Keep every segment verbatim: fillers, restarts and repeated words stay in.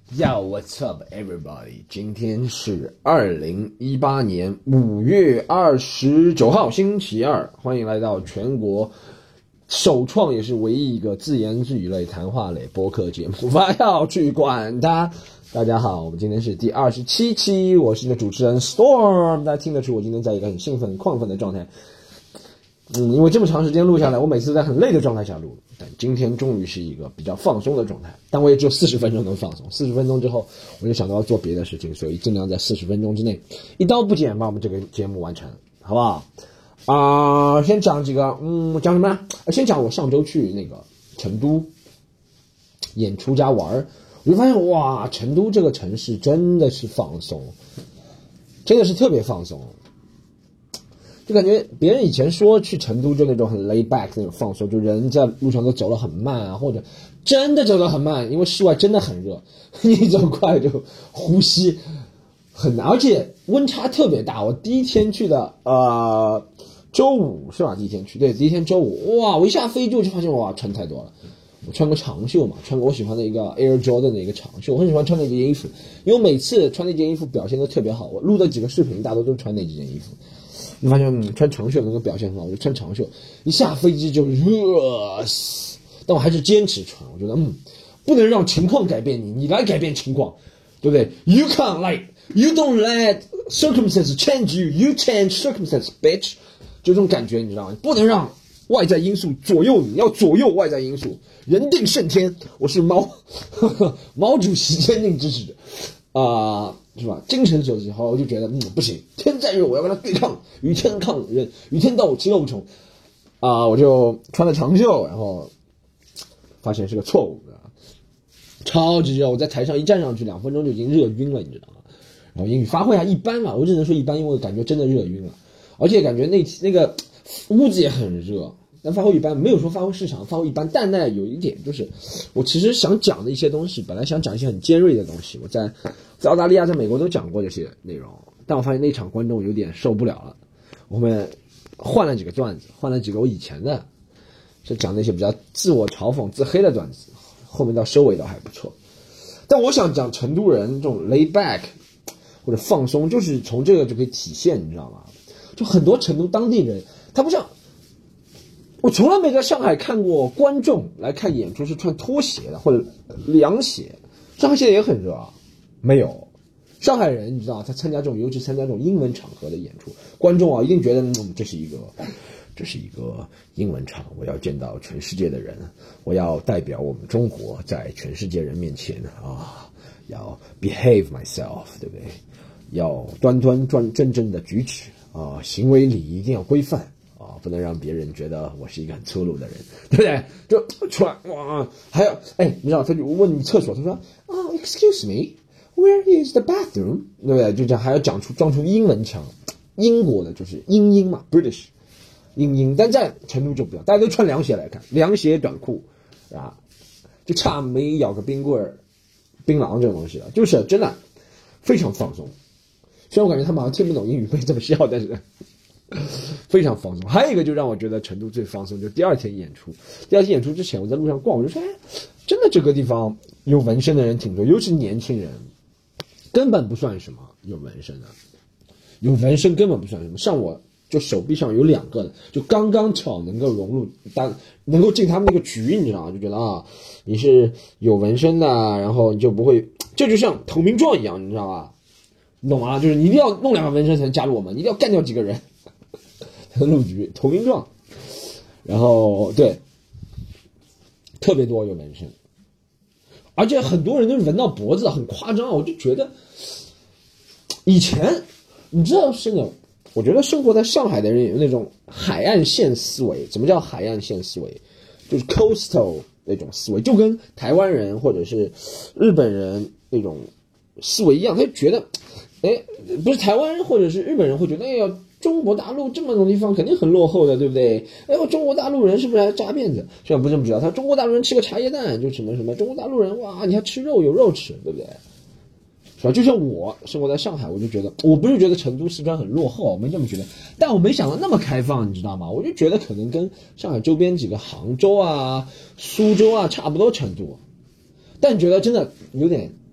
Yo, what's up, everybody？ 今天是二零一八年五月二十九号，星期二。欢迎来到全国首创也是唯一一个自言自语类、谈话类播客节目。不要去管它。大家好，我们今天是第二十七期，我是你的主持人 Storm。大家听得出我今天在一个很兴奋、很亢奋的状态。嗯，因为这么长时间录下来，我每次在很累的状态下录，但今天终于是一个比较放松的状态。但我也只有四十分钟能放松，四十分钟之后我就想到要做别的事情，所以尽量在四十分钟之内一刀不剪把我们这个节目完成，好不好？啊、呃，先讲几个，嗯，讲什么呢？先讲我上周去那个成都演出加玩，我就发现哇，成都这个城市真的是放松，真的是特别放松。就感觉别人以前说去成都就那种很 lay back 那种放松，就人在路上都走得很慢啊，或者真的走得很慢，因为室外真的很热，你走快就呼吸很难，而且温差特别大。我第一天去的呃周五是吧？第一天去，对，第一天周五，哇，我一下飞机我就发现哇穿太多了。我穿个长袖嘛，穿个我喜欢的一个 Air Jordan 的一个长袖，我很喜欢穿那件衣服，因为我每次穿那件衣服表现都特别好。我录的几个视频大多都是穿那几件衣服。你发现、嗯、穿长袖能够表现很好，我就穿长袖，一下飞机就热死，但我还是坚持穿。我觉得嗯，不能让情况改变你，你来改变情况，对不对 ？You can't like you don't let circumstances change you, you change circumstances, bitch。就这种感觉，你知道吗？不能让外在因素左右你，要左右外在因素。人定胜天，我是毛呵呵毛主席坚定支持者啊。呃是吧？精神所及，好，我就觉得嗯不行，天再热我要跟他对抗，与天抗人，与天斗其乐无穷啊、呃！我就穿了长袖，然后发现是个错误的，超级热！我在台上一站上去，两分钟就已经热晕了，你知道吗？然后英语发挥还一般嘛，我只能说一般，因为感觉真的热晕了，而且感觉那那个屋子也很热。但发挥一般，没有说发挥失常，发挥一般。但呢，有一点就是，我其实想讲的一些东西，本来想讲一些很尖锐的东西，我在在澳大利亚、在美国都讲过这些内容，但我发现那场观众有点受不了了，我们换了几个段子，换了几个我以前的，是讲那些比较自我嘲讽、自黑的段子，后面到收尾倒还不错。但我想讲成都人这种 lay back 或者放松，就是从这个就可以体现，你知道吗？就很多成都当地人，他不像。我从来没在上海看过观众来看演出是穿拖鞋的或者凉鞋，上海现在也很热啊，没有。上海人你知道，他参加这种，尤其参加这种英文场合的演出，观众啊一定觉得，嗯，这是一个，这是一个英文场，我要见到全世界的人，我要代表我们中国在全世界人面前啊，要 behave myself， 对不对？要端端正正正的举止啊，行为礼仪一定要规范。啊，不能让别人觉得我是一个很粗鲁的人，对不对？就出来哇，还有哎，你知道，他就问你厕所，他说啊、oh, ，excuse me，where is the bathroom？ 对不对？就这样还要讲出装出英文腔，英国的就是英英嘛 ，British， 英英，但在成都就不要，大家都穿凉鞋来看，凉鞋短裤啊，就差没咬个冰棍儿、槟榔这种东西了，就是真的非常放松。虽然我感觉他们好像听不懂英语，没这么笑，但是。非常放松。还有一个就让我觉得成都最放松，就第二天演出。第二天演出之前，我在路上逛，我就说，哎，真的这个地方有纹身的人挺多，尤其是年轻人，根本不算什么有纹身的，有纹身根本不算什么。像我就手臂上有两个的，就刚刚巧能够融入，但能够进他们那个局，你知道吗？就觉得啊，你是有纹身的，然后你就不会，这就像投名状一样，你知道吧？你懂吗？就是你一定要弄两个纹身才能加入我们，你一定要干掉几个人。入局投名状，然后对，特别多有纹身，而且很多人都是纹到脖子，很夸张。我就觉得，以前你知道是的，我觉得生活在上海的人有那种海岸线思维。怎么叫海岸线思维？就是 coastal 那种思维，就跟台湾人或者是日本人那种思维一样。他就觉得，哎，不是台湾人或者是日本人会觉得，哎呀。中国大陆这么多地方肯定很落后的，对不对？哎呦，中国大陆人是不是还扎辫子？虽然不这么知道，他中国大陆人吃个茶叶蛋就什么什么，中国大陆人哇，你还吃肉有肉吃，对不对？是吧？就像我生活在上海，我就觉得我不是觉得成都、四川很落后，我没这么觉得，但我没想到那么开放，你知道吗？我就觉得可能跟上海周边几个杭州啊、苏州啊差不多程度，但觉得真的有点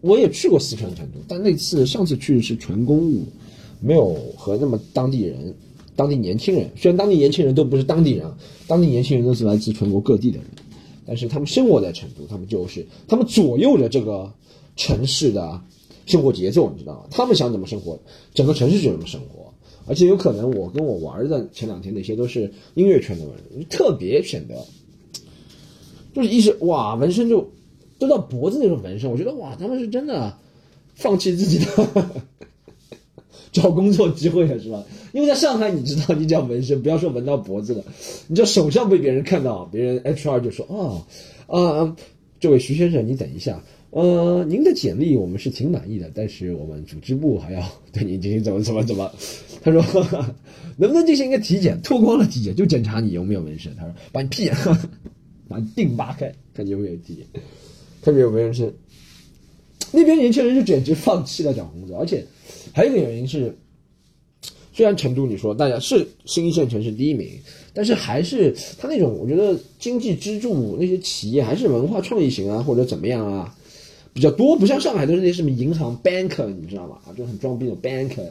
我也去过四川成都，但那次上次去是纯公务，没有和那么当地人、当地年轻人。虽然当地年轻人都不是当地人，当地年轻人都是来自全国各地的人，但是他们生活在成都，他们就是他们左右着这个城市的生活节奏，你知道吗？他们想怎么生活，整个城市就怎么生活。而且有可能我跟我玩的前两天那些都是音乐圈的人，特别显得就是一是哇纹身就都到脖子那种纹身，我觉得哇他们是真的放弃自己的找工作机会了，是吧？因为在上海你知道，你只要纹身，不要说纹到脖子了，你只要手上被别人看到，别人 H R 就说哦啊，这位徐先生你等一下，呃，您的简历我们是挺满意的，但是我们组织部还要对您进行怎么怎么怎么。他说呵呵能不能进行一个体检，脱光了体检就检查你有没有纹身。他说把你屁眼呵呵把你腚扒开，看你有没有体检，看你有没有纹身。那边年轻人就简直放弃了找工作。而且还有一个原因是，虽然成都你说大家是新一线城市第一名，但是还是他那种我觉得经济支柱那些企业还是文化创意型啊或者怎么样啊比较多，不像上海都是那些什么银行 banker 你知道吗？就很装逼的 banker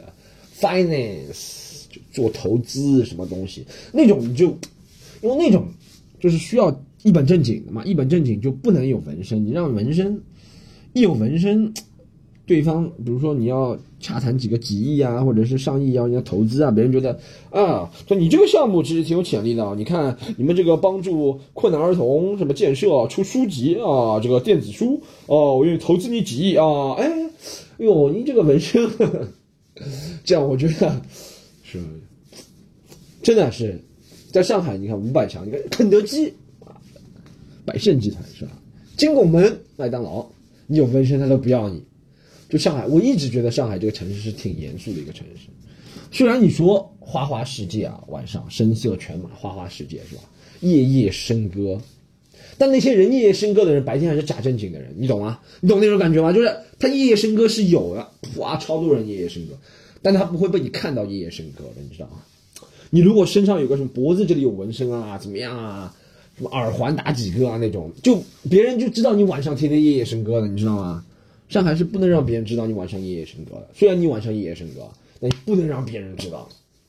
finance 就做投资什么东西那种，你就因为那种就是需要一本正经的嘛，一本正经就不能有纹身。你让纹身一有纹身，对方比如说你要洽谈几个几亿啊或者是上亿要人家投资啊，别人觉得啊说你这个项目其实挺有潜力的，你看你们这个帮助困难儿童什么建设出书籍啊，这个电子书哦，我愿意投资你几亿啊，哎哟您这个纹身呵呵这样我觉得是真的是在上海，你看五百强，你看肯德基啊，百胜集团是吧？金拱门、麦当劳，你有纹身他都不要你。就上海，我一直觉得上海这个城市是挺严肃的一个城市。虽然你说花花世界啊，晚上声色犬马，花花世界是吧？夜夜笙歌，但那些人夜夜笙歌的人，白天还是假正经的人，你懂吗？你懂那种感觉吗？就是他夜夜笙歌是有的，哇，超多人夜夜笙歌，但他不会被你看到夜夜笙歌的，你知道吗？你如果身上有个什么脖子这里有纹身啊，怎么样啊，什么耳环打几个啊那种，就别人就知道你晚上天天夜夜笙歌的，你知道吗？上海是不能让别人知道你晚上夜夜笙歌的，虽然你晚上夜夜笙歌，但你不能让别人知道，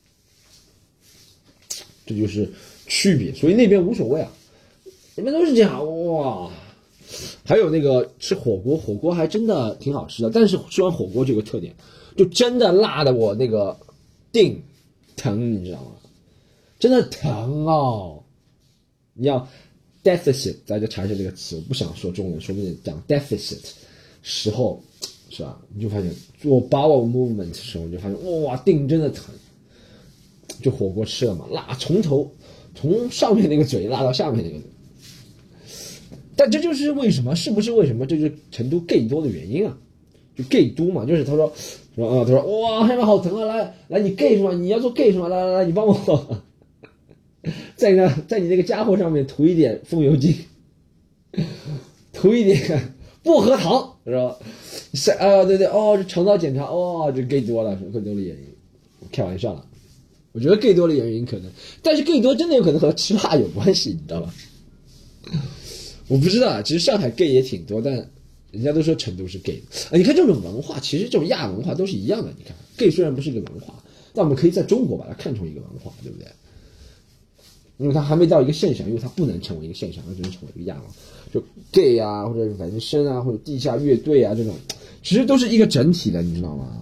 这就是区别。所以那边无所谓啊，那边都是这样哇。还有那个吃火锅，火锅还真的挺好吃的，但是吃完火锅这个特点，就真的辣的我那个腚疼，你知道吗？真的疼哦！你要 deficit， 大家查一下这个词，我不想说中文，说不定讲 deficit 时候是吧？你就发现做 bowel movement 的时候，你就发现哇，腚真的疼。就火锅吃了嘛，辣从头从上面那个嘴辣到下面那个嘴。但这就是为什么？是不是为什么？这就是成都 gay 多的原因啊！就 gay 多嘛，就是他说说啊，他说哇，下面好疼啊！来来，你 gay 是吧？你要做 gay 是吧？来来来，你帮我在那在你那个家伙上面涂一点风油精，涂一点薄荷糖，是吧？是啊，对对哦，这肠道检查哦，这 gay 多了，是 gay 多的原因。开玩笑了，我觉得 gay 多的原因可能，但是 gay 多真的有可能和吃辣有关系，你知道吧？我不知道啊，其实上海 gay 也挺多，但人家都说成都是 gay 啊。你看这种文化，其实这种亚文化都是一样的。你看 gay 虽然不是一个文化，但我们可以在中国把它看成一个文化，对不对？因为它还没到一个现象，因为它不能成为一个现象，它只能成为一个亚文化。就 gay 啊，或者纹身啊，或者地下乐队啊，这种其实都是一个整体的，你知道吗？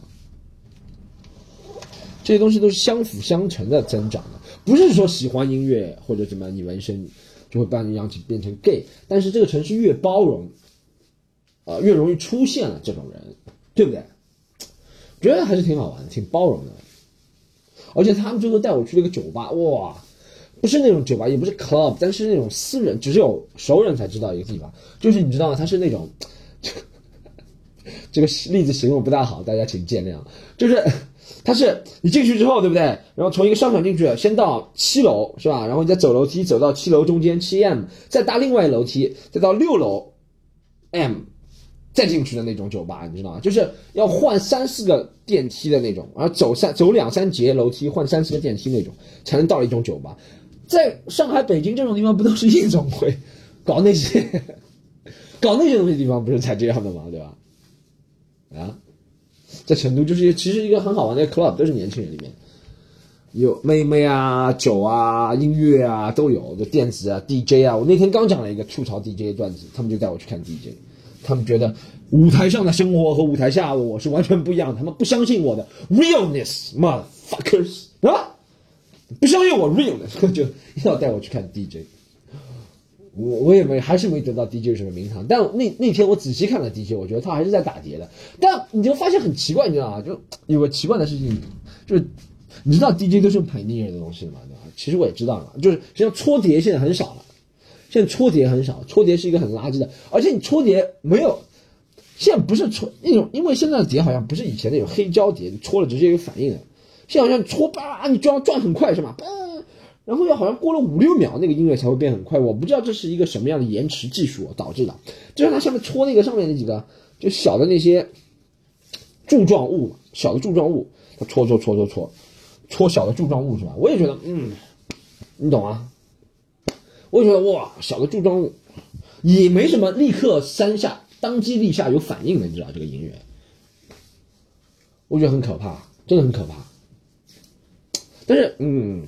这些东西都是相辅相成的增长的，不是说喜欢音乐或者怎么样，你纹身就会把你让变成 gay， 但是这个城市越包容，呃，越容易出现了这种人，对不对？觉得还是挺好玩的，挺包容的。而且他们最后带我去了一个酒吧，哇，不是那种酒吧，也不是 club， 但是那种私人，只有熟人才知道一个地方，就是你知道吗？它是那种，这个例子形容不大好，大家请见谅，就是。它是你进去之后，对不对？然后从一个商场进去，先到七楼是吧？然后你再走楼梯走到七楼中间七 M， 再搭另外楼梯，再到六楼 M， 再进去的那种酒吧，你知道吗？就是要换三四个电梯的那种，然后走三走两三节楼梯，换三四个电梯那种，才能到一种酒吧。在上海、北京这种地方，不都是夜总会搞那些搞那些东西的地方，不是才这样的吗？对吧？ 啊，在成都就是其实一个很好玩的 club， 都是年轻人里面。有妹妹啊、酒啊、音乐啊都有，就电子啊、D J 啊。我那天刚讲了一个吐槽 D J 的段子，他们就带我去看 D J， 他们觉得舞台上的生活和舞台下的我是完全不一样，他们不相信我的 realness motherfuckers 啊，不相信我 realness， 就要带我去看 D J。我我也没还是没得到 D J 什么名堂，但那那天我仔细看了 D J， 我觉得他还是在打碟的，但你就发现很奇怪，你知道吗？就有个奇怪的事情，就是。你知道 D J 都是用 Pioneer 的东西吗？对吧？其实我也知道了，就是实际上搓碟现在很少了，现在搓碟很少，搓碟是一个很垃圾的，而且你搓碟没有，现在不是搓那种，因为现在的碟好像不是以前那种黑胶碟，你搓了直接有反应的，现在好像搓吧，你就要转很快是吧？然后要好像过了五六秒那个音乐才会变很快，我不知道这是一个什么样的延迟技术导致的，就像它下面搓那个上面那几个就小的那些柱状物，小的柱状物，它搓搓搓搓搓。戳小的柱状物是吧？我也觉得，嗯，你懂啊？我也觉得哇，小的柱状物也没什么，立刻三下当机立下有反应的，你知道这个音乐，我觉得很可怕，真的很可怕。但是，嗯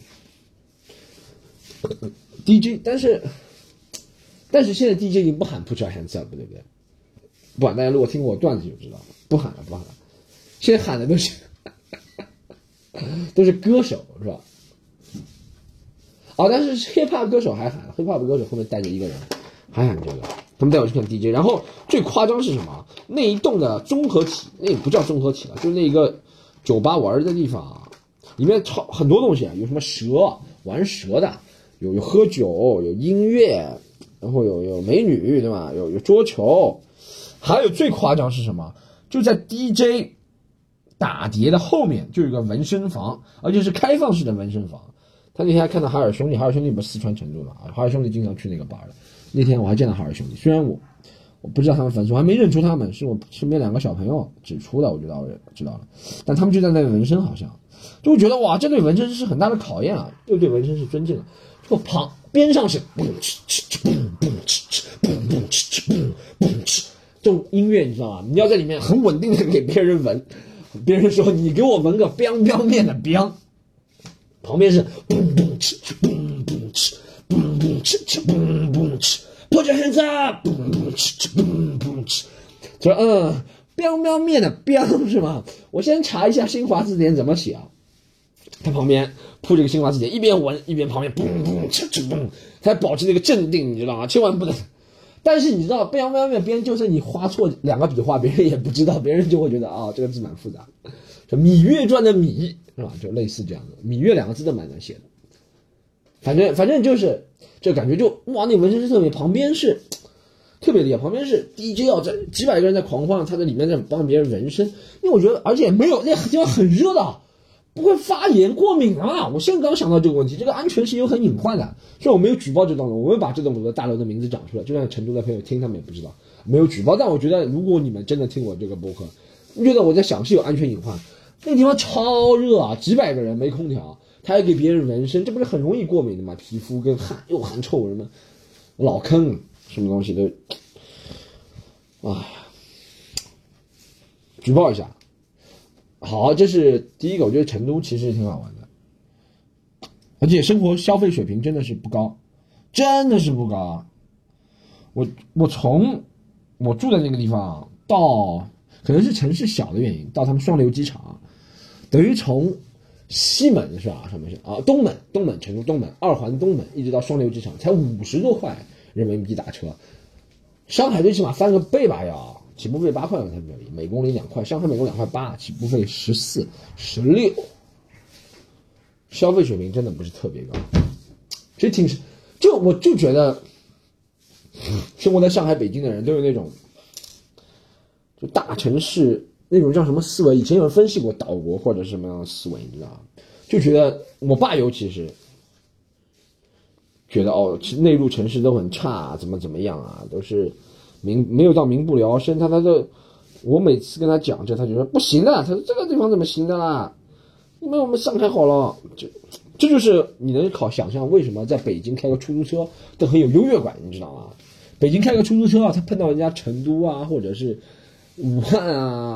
，D J， 但是，但是现在 D J 已经不喊 put your hands up， 对不对？不喊，大家如果听过我段子就知道了，不喊了，不喊了，现在喊的都是。都是歌手是吧？哦，但是 hip hop 歌手还喊 hip hop 歌手后面带着一个人还喊这个，他们带我去看 D J， 然后最夸张是什么？那一栋的综合体，那也不叫综合体了，就是那个酒吧玩的地方，里面超很多东西啊，有什么蛇玩蛇的，有有喝酒，有音乐，然后有有美女对吧？有有桌球，还有最夸张是什么？就在 D J。打碟的后面就有一个纹身房，而且是开放式的纹身房。他那天还看到海尔兄弟，海尔兄弟不是四川成都的啊，海尔兄弟经常去那个吧的。那天我还见到海尔兄弟，虽然我我不知道他们粉丝，我还没认出他们，是我身边两个小朋友指出的，我知道我知道了。但他们就在那纹身，好像就会觉得哇，这对纹身是很大的考验啊，又对纹身是尊敬了。这个旁边上是嘣哧哧嘣嘣哧嘣嘣哧嘣嘣哧这种音乐，你知道吗？你要在里面很稳定的给别人纹。别人说你给我纹个 biang biang 面的 biang， 旁边是 boom boom 吃 boom boom 吃 boom boom 吃 boom boom 吃 put your hands up boom boom 吃 boom boom 吃，说嗯 biang biang 面的 biang 是吗？我先查一下新华字典怎么写啊。他旁边铺这个新华字典，一边纹一边旁边 boom boom 吃 boom， 他还保持那个镇定，你知道吗？千万不能。但是你知道，biang biang 面边就算你画错两个笔画，别人也不知道，别人就会觉得啊、哦，这个字蛮复杂。就《芈月传》的芈是吧？就类似这样的，芈月两个字都蛮难写的。反正反正就是这感觉就哇，那纹身师特别，旁边是特别厉害，旁边是 D J 要在几百个人在狂欢，他在里面在帮别人纹身。因为我觉得，而且没有那地方很热的。不会发炎过敏啊！我现在刚想到这个问题，这个安全是有很隐患的。虽然我没有举报这栋楼，我没有把这栋楼的大楼的名字讲出来，就算成都的朋友听他们也不知道，没有举报。但我觉得，如果你们真的听我这个播客，你觉得我在想是有安全隐患，那地方超热啊，几百个人没空调，他还给别人纹身，这不是很容易过敏的吗？皮肤跟汗又汗臭，什么老坑，什么东西都，哎，举报一下。好，这是第一个，我觉得成都其实挺好玩的，而且生活消费水平真的是不高，真的是不高啊！我我从我住的那个地方到，可能是城市小的原因，到他们双流机场，等于从西门是吧？上面是啊，东门，东门，成都东门二环东门，一直到双流机场才五十多块人民币打车，上海最起码翻个倍吧要。起步费八块才便宜，每公里两块，上海每公里两块八，起步费十四、十六，消费水平真的不是特别高。其实挺，就我就觉得，生活在上海、北京的人都有那种，就大城市那种叫什么思维。以前有人分析过岛国或者什么样的思维，你知道吗？就觉得我爸尤其是觉得哦，内陆城市都很差，怎么怎么样啊，都是。民没有到民不聊生，他他就我每次跟他讲这，他就说不行的，他说这个地方怎么行的啦？因为我们上海好了，这这就是你能考想象为什么在北京开个出租车都很有优越感，你知道吗？北京开个出租车啊，他碰到人家成都啊，或者是武汉啊、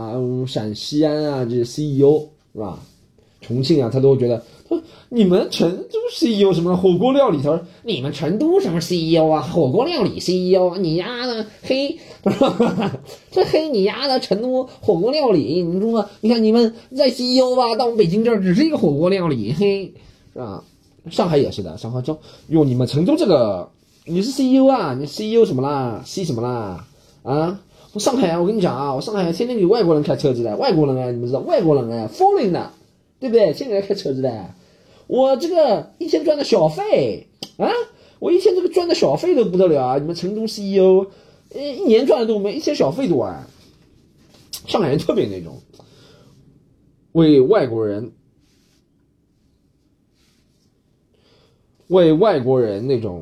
啊、嗯、陕西安啊这些 C E O 是吧？重庆啊，他都会觉得，他说你们成都 C E O 什么火锅料理，他说你们成都什么 C E O 啊，火锅料理 C E O， 你丫的黑，这黑你丫的成都火锅料理，你说你看你们在 C E O 吧，到我们北京这儿只是一个火锅料理，嘿，是吧？上海也是的，上海就用你们成都这个，你是 C E O 啊，你 C E O 什么啦 ？C 什么啦？啊？我上海，我跟你讲啊，我上海天天给外国人开车子的，外国人啊，你们知道外国人啊 ，foreign 的。对不对？现在开车子的，我这个一天赚的小费啊，我一天这个赚的小费都不得了啊！你们成都 C E O， 一年赚的都没一天小费多啊！上海人特别那种，为外国人，为外国人那种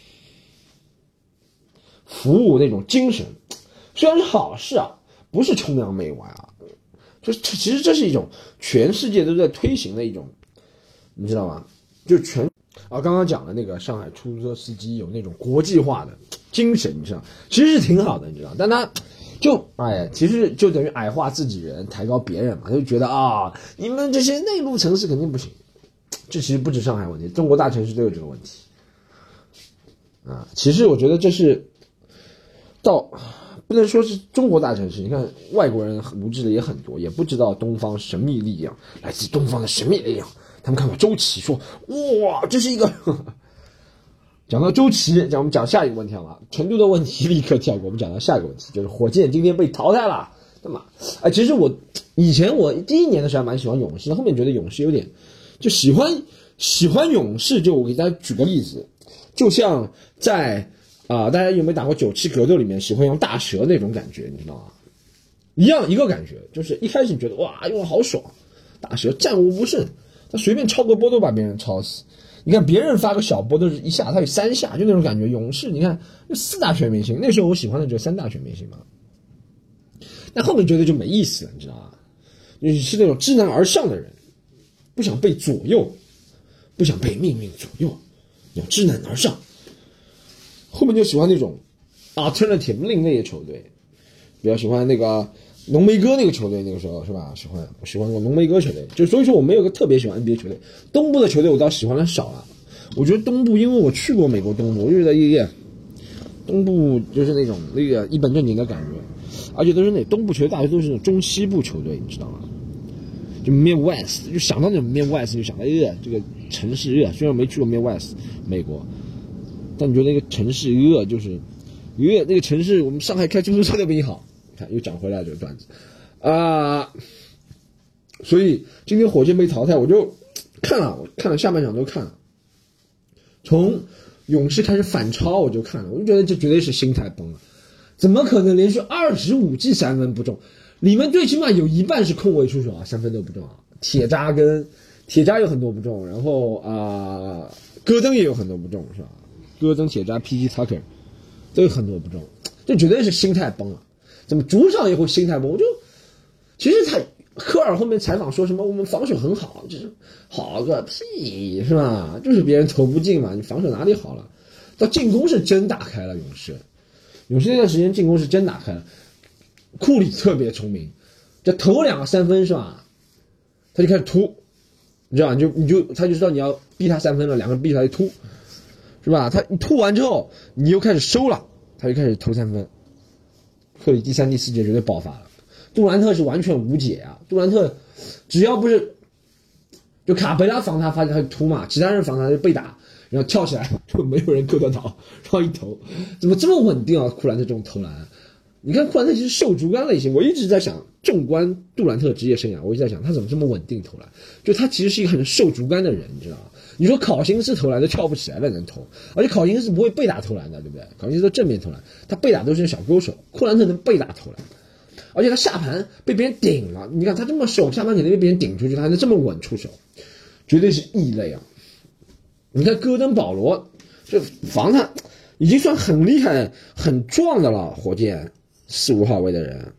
服务那种精神，虽然是好事啊，不是崇洋媚外啊。就是其实这是一种全世界都在推行的一种，你知道吗？就全啊，刚刚讲的那个上海出租车司机有那种国际化的精神，你知道，其实是挺好的，你知道，但他就哎，其实就等于矮化自己人，抬高别人嘛，就觉得啊，你们这些内陆城市肯定不行。这其实不止上海问题，中国大城市都有这个问题啊。其实我觉得这是到。不能说是中国大城市，你看外国人无知的也很多，也不知道东方神秘力量，来自东方的神秘力量。他们看到周琦说：“哇，这是一个。”呵呵讲到周琦，讲我们讲下一个问题好吗？成都的问题立刻跳过，我们讲到下一个问题，就是火箭今天被淘汰了。对吗？哎，其实我以前我第一年的时候还蛮喜欢勇士，后面觉得勇士有点就喜欢喜欢勇士，就我给大家举个例子，就像在。啊、呃，大家有没有打过九七格斗里面喜欢用大蛇那种感觉，你知道吗？一样一个感觉，就是一开始你觉得哇用的好爽，大蛇战无不胜，他随便抄个波都把别人抄死。你看别人发个小波都是一下，他有三下，就那种感觉。勇士你看有四大全明星，那时候我喜欢的只有三大全明星嘛。但后面觉得就没意思了，你知道吗？你是那种知难而上的人，不想被左右，不想被命运左右，要知难而上。后面就喜欢那种 alternative 另类的球队，比较喜欢那个浓眉哥那个球队，那个时候是吧？喜欢我喜欢过浓眉哥球队，就所以说我没有个特别喜欢 N B A 球队。东部的球队我倒喜欢的少了，我觉得东部，因为我去过美国东部，我就觉得一个东部就是那种那个一本正经的感觉，而且都是那东部球队大多都是那种中西部球队，你知道吗？就 Midwest， 就想到那种 Midwest 就想到呃这个城市呃，虽然没去过 Midwest 美国。但你觉得那个城市呃就是呃那个城市，我们上海开出租车都比你好。看又讲回来这个段子啊、呃，所以今天火箭被淘汰，我就看了，我看了下半场都看了，从勇士开始反超我就看了，我就觉得这绝对是心态崩了，怎么可能连续二十五记三分不中？你们最起码有一半是空位出手啊，三分都不中啊。铁渣跟铁渣有很多不中，然后啊、呃、戈登也有很多不中，是吧？戈登、铁渣、P G Tucker 都有很多不中，这绝对是心态崩了。怎么主场也会心态崩？我就其实他科尔后面采访说什么我们防守很好，就是好个屁是吧？就是别人投不进嘛，你防守哪里好了？到进攻是真打开了，勇士，勇士那段时间进攻是真打开了。库里特别聪明，这投两个三分是吧？他就开始突，你知道，你就你就他就知道你要逼他三分了，两个人逼他就突。是吧？他你突完之后，你又开始收了，他就开始投三分。克里第三、第四节绝对爆发了。杜兰特是完全无解啊！杜兰特只要不是就卡佩拉防他，发现他就突嘛，其他人防他就被打，然后跳起来就没有人够得到，然后一投，怎么这么稳定啊？库兰特这种投篮，你看库兰特其实受竹竿类型，我一直在想，纵观杜兰特职业生涯，我一直在想他怎么这么稳定投篮，就他其实是一个很受竹竿的人，你知道吗？你说考辛斯投篮都跳不起来了能投，而且考辛斯不会背打投篮的，对不对？考辛斯都正面投篮，他背打都是小勾手，库兰特能背打投篮，而且他下盘被别人顶了，你看他这么瘦，下盘肯定被别人顶出去，他还能这么稳出手，绝对是异类啊！你看戈登、保罗这防他已经算很厉害、很壮的了，火箭四五号位的人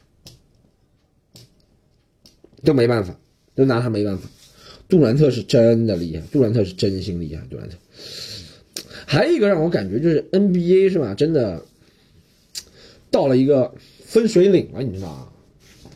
都没办法，都拿他没办法。杜兰特是真的厉害，杜兰特是真心厉害，杜兰特。还有一个让我感觉就是 N B A 是吧，真的到了一个分水岭了，你知道吗？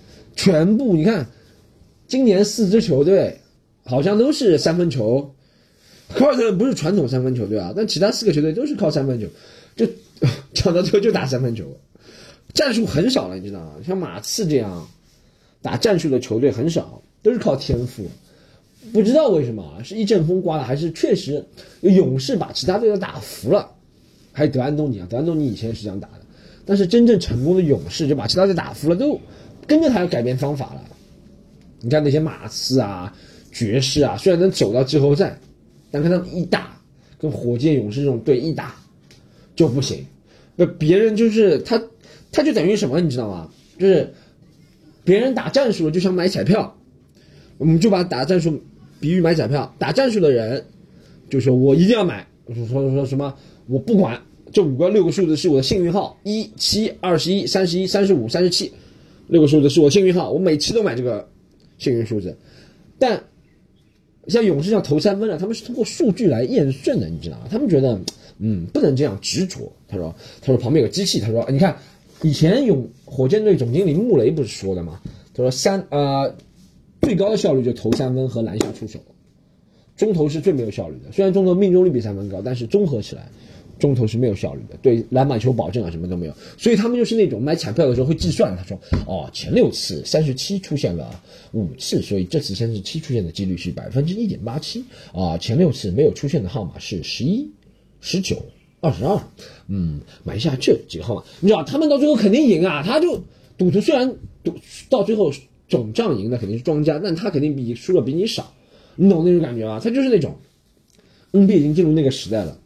全部你看，今年四支球队好像都是三分球。凯尔特人不是传统三分球队啊，但其他四个球队都是靠三分球，就讲到最后就打三分球，战术很少了，你知道吗？像马刺这样打战术的球队很少，都是靠天赋。不知道为什么是一阵风刮了，还是确实勇士把其他队都打服了，还有德安东尼啊，德安东尼以前也是这样打的，但是真正成功的勇士就把其他队打服了，都跟着他要改变方法了。你看那些马刺啊、爵士啊，虽然能走到季后赛。但跟他们一打，跟火箭、勇士这种队一打就不行。那别人就是他，他就等于什么，你知道吗？就是别人打战术了，就像买彩票，我们就把打战术比喻买彩票。打战术的人就说我一定要买，说说说什么我不管，这五个六个数字是我的幸运号，一、七、二十一、三十一、三十五、三十七，六个数字是我幸运号，我每期都买这个幸运数字，但。像勇士这样投三分了，他们是通过数据来验证的，你知道吗？他们觉得，嗯，不能这样执着。他说，他说旁边有个机器，他说，你看，以前勇火箭队总经理穆雷不是说的吗？他说三呃，最高的效率就投三分和篮下出手，中投是最没有效率的。虽然中投命中率比三分高，但是综合起来，中投是没有效率的，对篮板球保证啊什么都没有。所以他们就是那种买彩票的时候会计算，他说，哦，前六次三十七出现了五次，所以这次三十七出现的几率是百分之一点八七啊。前六次没有出现的号码是十一、十九、二十二。嗯，买下这几个号码，你知道他们到最后肯定赢啊。他就赌徒虽然赌到最后总账赢的肯定是庄家，但他肯定比输了比你少，你懂那种感觉吗？他就是那种 N B A 已经进入那个时代了。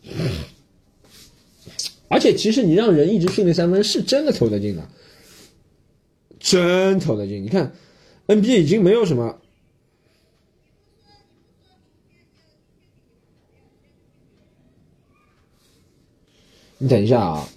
而且其实你让人一直训练三分是真的投得进的，真投得进。你看 N B A 已经没有什么，你等一下啊，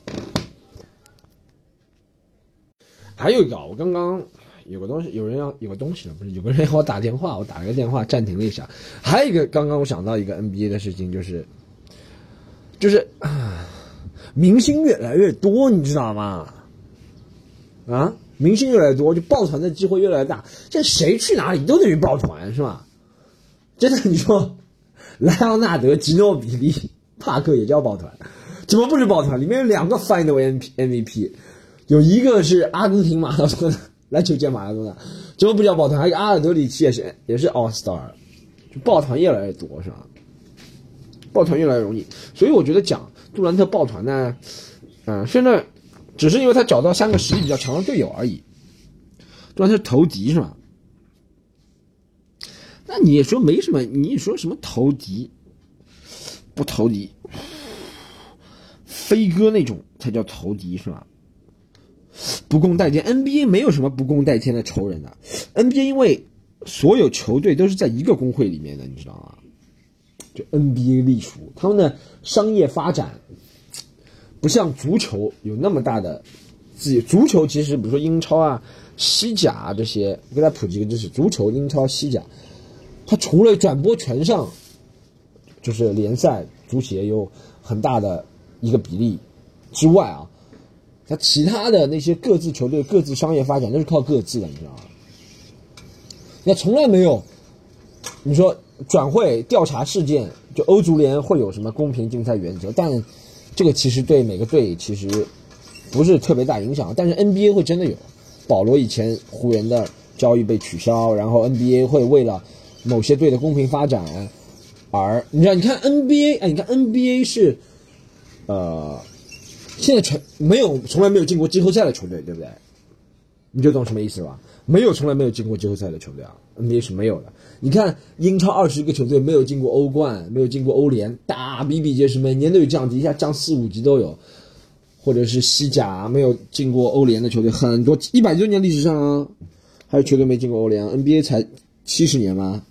还有一个，我刚刚有个东西，有人要有个东西了，不是有个人要我打电话，我打了个电话暂停了一下。还有一个，刚刚我想到一个 N B A 的事情，就是就是啊。明星越来越多，你知道吗？啊，明星越来越多，就抱团的机会越来越大。现在谁去哪里都等于抱团，是吧？真的，你说莱昂纳德、吉诺比利、帕克也叫抱团，怎么不是抱团？里面有两个 Final M V P， 有一个是阿根廷马拉多纳篮球界马拉多纳，怎么不叫抱团？还有阿尔德里奇也是也是 All Star， 就抱团越来越多，是吧？抱团越来越容易，所以我觉得讲杜兰特抱团呢，嗯、呃，现在只是因为他找到三个实力比较强的队友而已。杜兰特投敌是吧？那你也说没什么，你也说什么投敌？不投敌，飞哥那种才叫投敌是吧？不共戴天 ，N B A 没有什么不共戴天的仇人的、啊、，N B A 因为所有球队都是在一个工会里面的，你知道吗？就 N B A 隶属，他们的商业发展不像足球有那么大的自己。足球其实比如说英超啊、西甲啊这些，给大家普及个知识：足球、英超、西甲，它除了转播权上，就是联赛、足协有很大的一个比例之外啊，它其他的那些各自球队各自商业发展都是靠各自的，你知道吗？那从来没有，你说。转会调查事件，就欧足联会有什么公平竞赛原则，但这个其实对每个队其实不是特别大影响。但是 N B A 会真的有，保罗以前湖人的交易被取消，然后 N B A 会为了某些队的公平发展而，你知道，你看 N B A， 哎，你看 N B A 是呃，现在全没有从来没有进过季后赛的球队，对不对？你就懂什么意思吧？没有从来没有进过季后赛的球队啊 ，N B A 是没有的。你看英超二十个球队没有进过欧冠，没有进过欧联，大比比皆是，每年都有降级，一下降四五级都有。或者是西甲没有进过欧联的球队很多，一百多年历史上啊，还有球队没进过欧联 ，N B A 才七十年吗？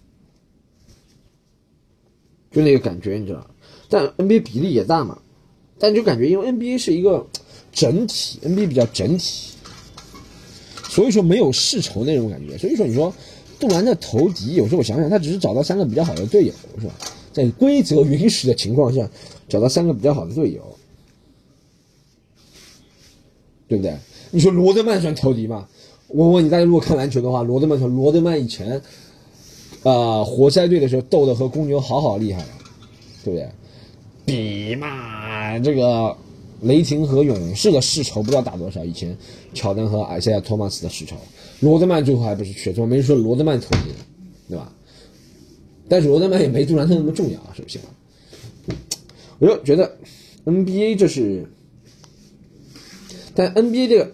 就那个感觉，你知道？但 N B A 比例也大嘛，但就感觉因为 N B A 是一个整体 ，N B A 比较整体。所以说没有世仇那种感觉，所以说你说杜兰特投敌，有时候我想想，他只是找到三个比较好的队友，是吧？在规则允许的情况下，找到三个比较好的队友，对不对？你说罗德曼算投敌吗？ 我问你，大家如果看篮球的话，罗德曼说，罗德曼以前，呃，活塞队的时候斗得和公牛好好厉害了，对不对？比嘛，这个雷霆和勇士的世仇不知道打多少，以前乔丹和艾赛亚·托马斯的世仇，罗德曼最后还不是血中，没人说罗德曼投进，对吧？但是罗德曼也没杜兰特那么重要啊，是不是？我就觉得 N B A 这是，但 N B A 这个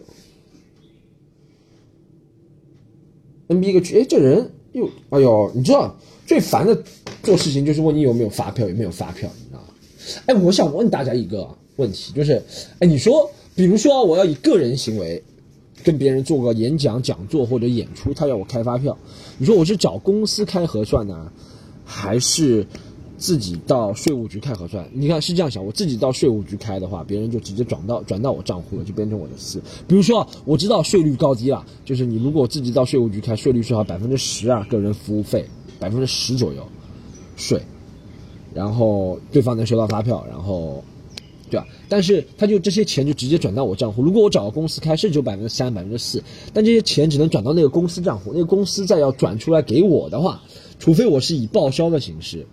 N B A 个，哎，这人又，哎呦，你知道最烦的做事情就是问你有没有发票，有没有发票，你知道吗？哎，我想问大家一个问题，就是，哎，你说，比如说我要以个人行为跟别人做个演讲、讲座或者演出，他要我开发票，你说我是找公司开核算呢，还是自己到税务局开核算？你看是这样想，我自己到税务局开的话，别人就直接转到转到我账户了，就变成我的私。比如说，我知道税率高低了，就是你如果自己到税务局开，税率是好百分之十啊，个人服务费百分之十左右税，然后对方能收到发票，然后对吧？但是他就这些钱就直接转到我账户。如果我找个公司开，是只有百分之三、百分之四，但这些钱只能转到那个公司账户，那个公司再要转出来给我的话，除非我是以报销的形式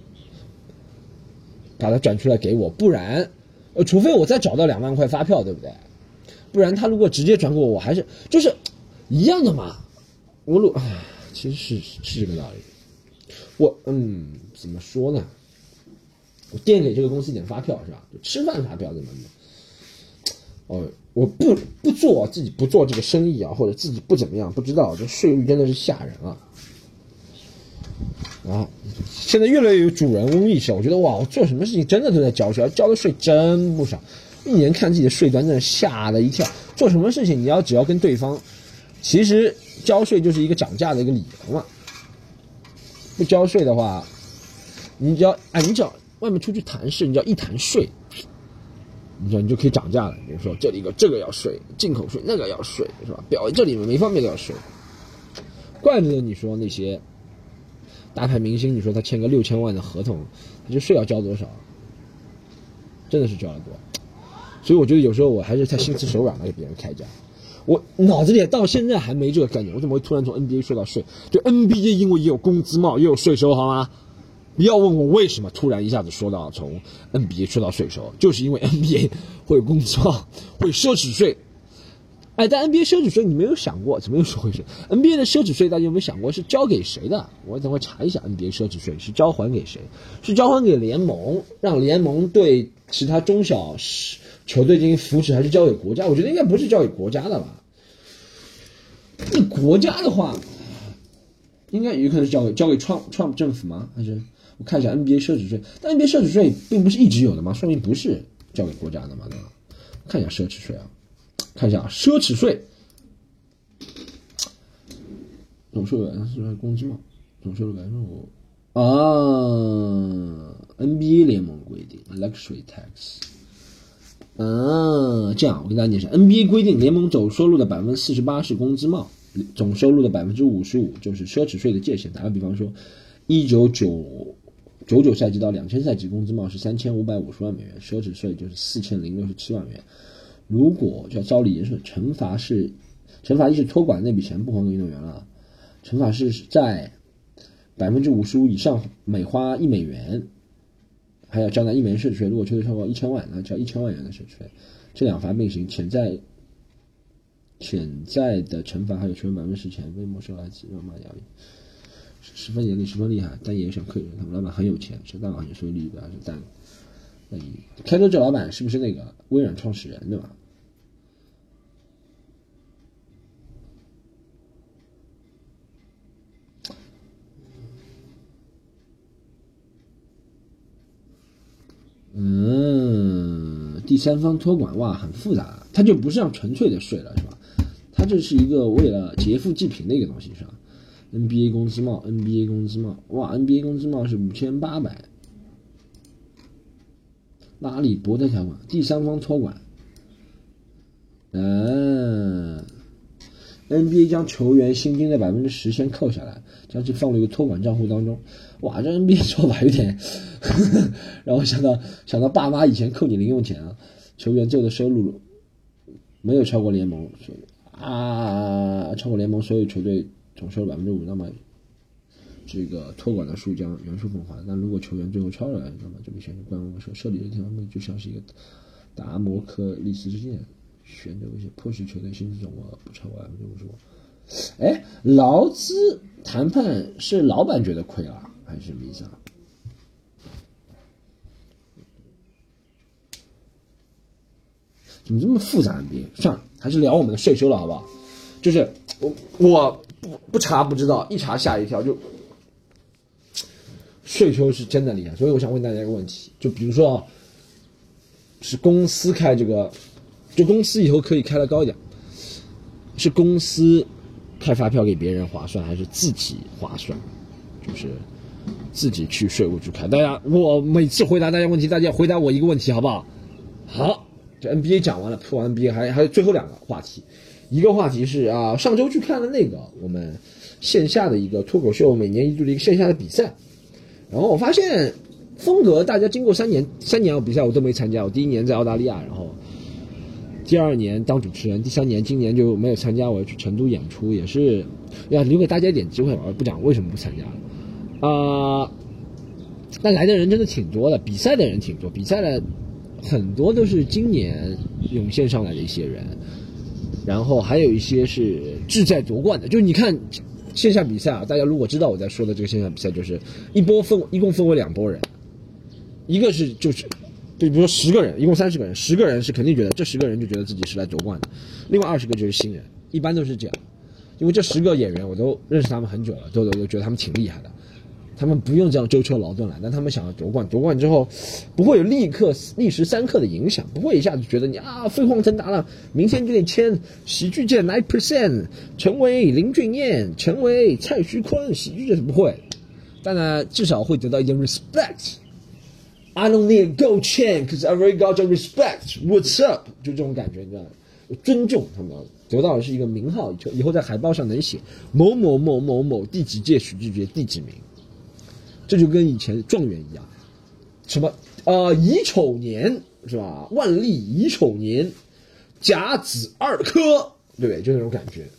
把它转出来给我，不然，呃，除非我再找到两万块发票，对不对？不然他如果直接转给我，我还是就是一样的嘛。我如唉，其实是是这个道理。我嗯，怎么说呢？我垫给这个公司一点发票是吧？就吃饭发票怎么的？哦，我不不做自己不做这个生意啊，或者自己不怎么样，不知道这税率真的是吓人啊！啊，现在越来越有主人翁意识，我觉得哇，我做什么事情真的都在交税，交的税真不少。一年看自己的税单，真的吓了一跳。做什么事情你要只要跟对方，其实交税就是一个涨价的一个理由嘛。不交税的话，你只要哎，你只要外面出去谈事，你只要一谈税，你知道你就可以涨价了。比如说这里个这个要税，进口税那个要税，是吧？表这里面每方面都要税。怪不得你说那些大牌明星，你说他签个六千万的合同，他这税要交多少？真的是交得多。所以我觉得有时候我还是太心慈手软了，给别人开价。我脑子里到现在还没这个概念，我怎么会突然从 N B A 说到税？就 N B A 因为也有工资帽，也有税收，好吗？不要问我为什么突然一下子说到从 N B A 说到税收，就是因为 N B A 会有工资帽，会奢侈税。哎，但 N B A 奢侈税你没有想过，怎么又说回去 ？N B A 的奢侈税大家有没有想过是交给谁的？我等会查一下 N B A 奢侈税是交还给谁？是交还给联盟，让联盟对其他中小球队进行扶持，还是交给国家？我觉得应该不是交给国家的吧。那国家的话，应该有可能是交给交给 Trump Trump 政府吗？还是我看一下 N B A 奢侈税？但 N B A 奢侈税并不是一直有的嘛，说明不是交给国家的嘛，对吧？看一下奢侈税啊，看一下啊，奢侈税，总收入百分之四十工资帽，总收入百分之五啊 ，N B A 联盟规定 luxury tax。啊，这样我跟大家念一下 ，N B A 规定联盟总收入的百分之四十八是工资帽，总收入的百分之五十五就是奢侈税的界限。打个比方说，一九九九九赛季到两千赛季，工资帽是三千五百五十万美元，奢侈税就是四千零六十七万元。如果就要照例严顺，惩罚是惩罚一是托管那笔钱不还给运动员了，惩罚是在百分之五十五以上每花一美元。还要交纳一美元奢侈税，如果球队超过一千万，那交一千万元的奢侈税，这两罚并行。潜在潜在的惩罚还有球员百分之十钱被没收来自辱骂压力，十分严厉，十分厉害，但也想克制。他们老板很有钱，是大老板收益利益表示但那开拓者老板是不是那个微软创始人对吧？嗯，第三方托管哇，很复杂，它就不是像纯粹的税了，是吧？它这是一个为了劫富济贫的一个东西，是吧 ？N B A 工资帽 ，N B A 工资帽，哇 ，N B A 工资帽是五千八百，拉里伯德条款，第三方托管，嗯 ，N B A 将球员薪金的百分之十先扣下来，将其放入一个托管账户当中。哇，这 N B A 做法有点呵呵，让我想到想到爸妈以前扣你零用钱啊，球员最后的收入没有超过联盟， 啊，超过联盟所有球队总收入百分之五，那么这个托管的数将原数奉还。但如果球员最后超了，那么这笔钱就关我手。设立的地方就像是一个达摩克利斯之剑，悬着威胁，迫使球队薪资总额不超过百分之五十五。哎，劳资谈判是老板觉得亏了，还是什么意思啊？怎么这么复杂呢？算了，还是聊我们的税收了，好不好？就是我我不不查不知道，一查吓一跳，就税收是真的厉害。所以我想问大家一个问题，就比如说啊，是公司开这个，就公司以后可以开得高一点，是公司开发票给别人划算，还是自己划算？就是自己去税务局开。大家，我每次回答大家问题，大家回答我一个问题，好不好？好。这 N B A 讲完了，破完 N B A 还还有最后两个话题，一个话题是啊，上周去看了那个我们线下的一个脱口秀每年一度的一个线下的比赛，然后我发现风格大家经过三年三年比赛我都没参加，我第一年在澳大利亚，然后第二年当主持人，第三年今年就没有参加，我要去成都演出，也是要留给大家一点机会，我不讲为什么不参加了啊、呃。但来的人真的挺多的，比赛的人挺多，比赛的。很多都是今年涌现上来的一些人，然后还有一些是志在夺冠的。就是你看线下比赛啊，大家如果知道我在说的这个线下比赛，就是一波分一共分为两波人，一个是就是就比如说十个人，一共三十个人，十个人是肯定觉得这十个人就觉得自己是来夺冠的，另外二十个就是新人，一般都是这样。因为这十个演员我都认识他们很久了，都都都觉得他们挺厉害的。他们不用这样舟车劳顿来，但他们想要夺冠，夺冠之后不会有立刻立时三刻的影响，不会一下子觉得你啊飞黄腾达了，明天就得签喜剧界 nine percent， 成为林俊彦，成为蔡徐坤，喜剧界是不会，但呢至少会得到一点 respect。I don't need a gold chain, cause I already got your respect. What's up？ 就这种感觉，你知道吗？尊重他们，得到的是一个名号，以后在海报上能写某某某某某第几届喜剧节第几名。这就跟以前状元一样，什么呃乙丑年是吧？万历乙丑年，甲子二科，对不对？就那种感觉。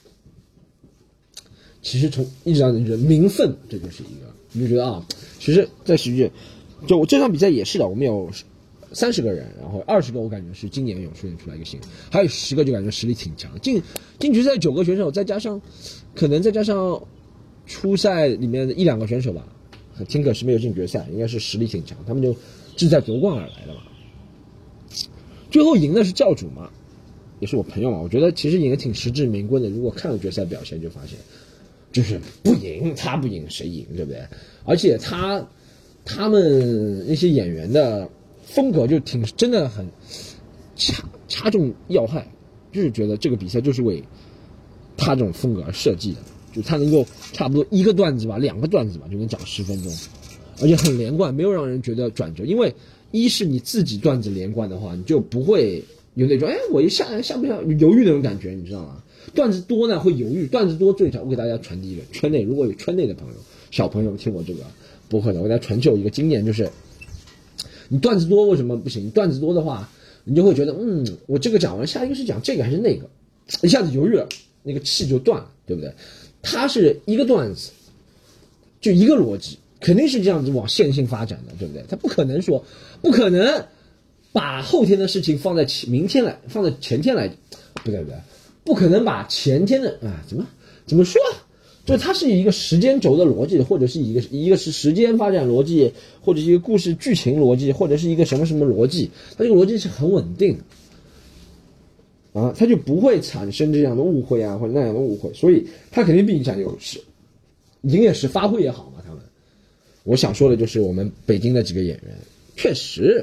其实从一直到你觉得名分，这就是一个，你就觉得啊，其实，在喜剧，就我这场比赛也是的，我们有三十个人，然后二十个我感觉是今年有训练出来一个新人，还有十个就感觉实力挺强。进进决赛九个选手，再加上可能再加上初赛里面的一两个选手吧。听可是没有进决赛，应该是实力挺强，他们就志在夺冠而来的嘛。最后赢的是教主嘛，也是我朋友嘛。我觉得其实赢得挺实至名归的。如果看了决赛表现，就发现就是不赢他不赢谁赢，对不对？而且他他们那些演员的风格就挺真的很掐掐中要害，就是觉得这个比赛就是为他这种风格而设计的。就他能够差不多一个段子吧，两个段子吧，就能讲十分钟，而且很连贯，没有让人觉得转折。因为一是你自己段子连贯的话，你就不会有那种哎我一下下不下犹豫那种感觉，你知道吗？段子多呢会犹豫，段子多最少我给大家传递一个圈内，如果有圈内的朋友、小朋友听我这个播客的，我给大家传授一个经验，就是你段子多为什么不行？你段子多的话，你就会觉得嗯，我这个讲完，下一个是讲这个还是那个，一下子犹豫了，那个气就断了，对不对？它是一个段子，就一个逻辑，肯定是这样子往线性发展的，对不对？它不可能说，不可能把后天的事情放在前明天来，放在前天来，不对不对，不可能把前天的啊怎么怎么说？就是它是一个时间轴的逻辑，或者是一个一个是时间发展逻辑，或者是一个故事剧情逻辑，或者是一个什么什么逻辑，它这个逻辑是很稳定的。啊，他就不会产生这样的误会啊，或者那样的误会，所以他肯定比你占优势，赢也是，发挥也好嘛。他们，我想说的就是我们北京的几个演员，确实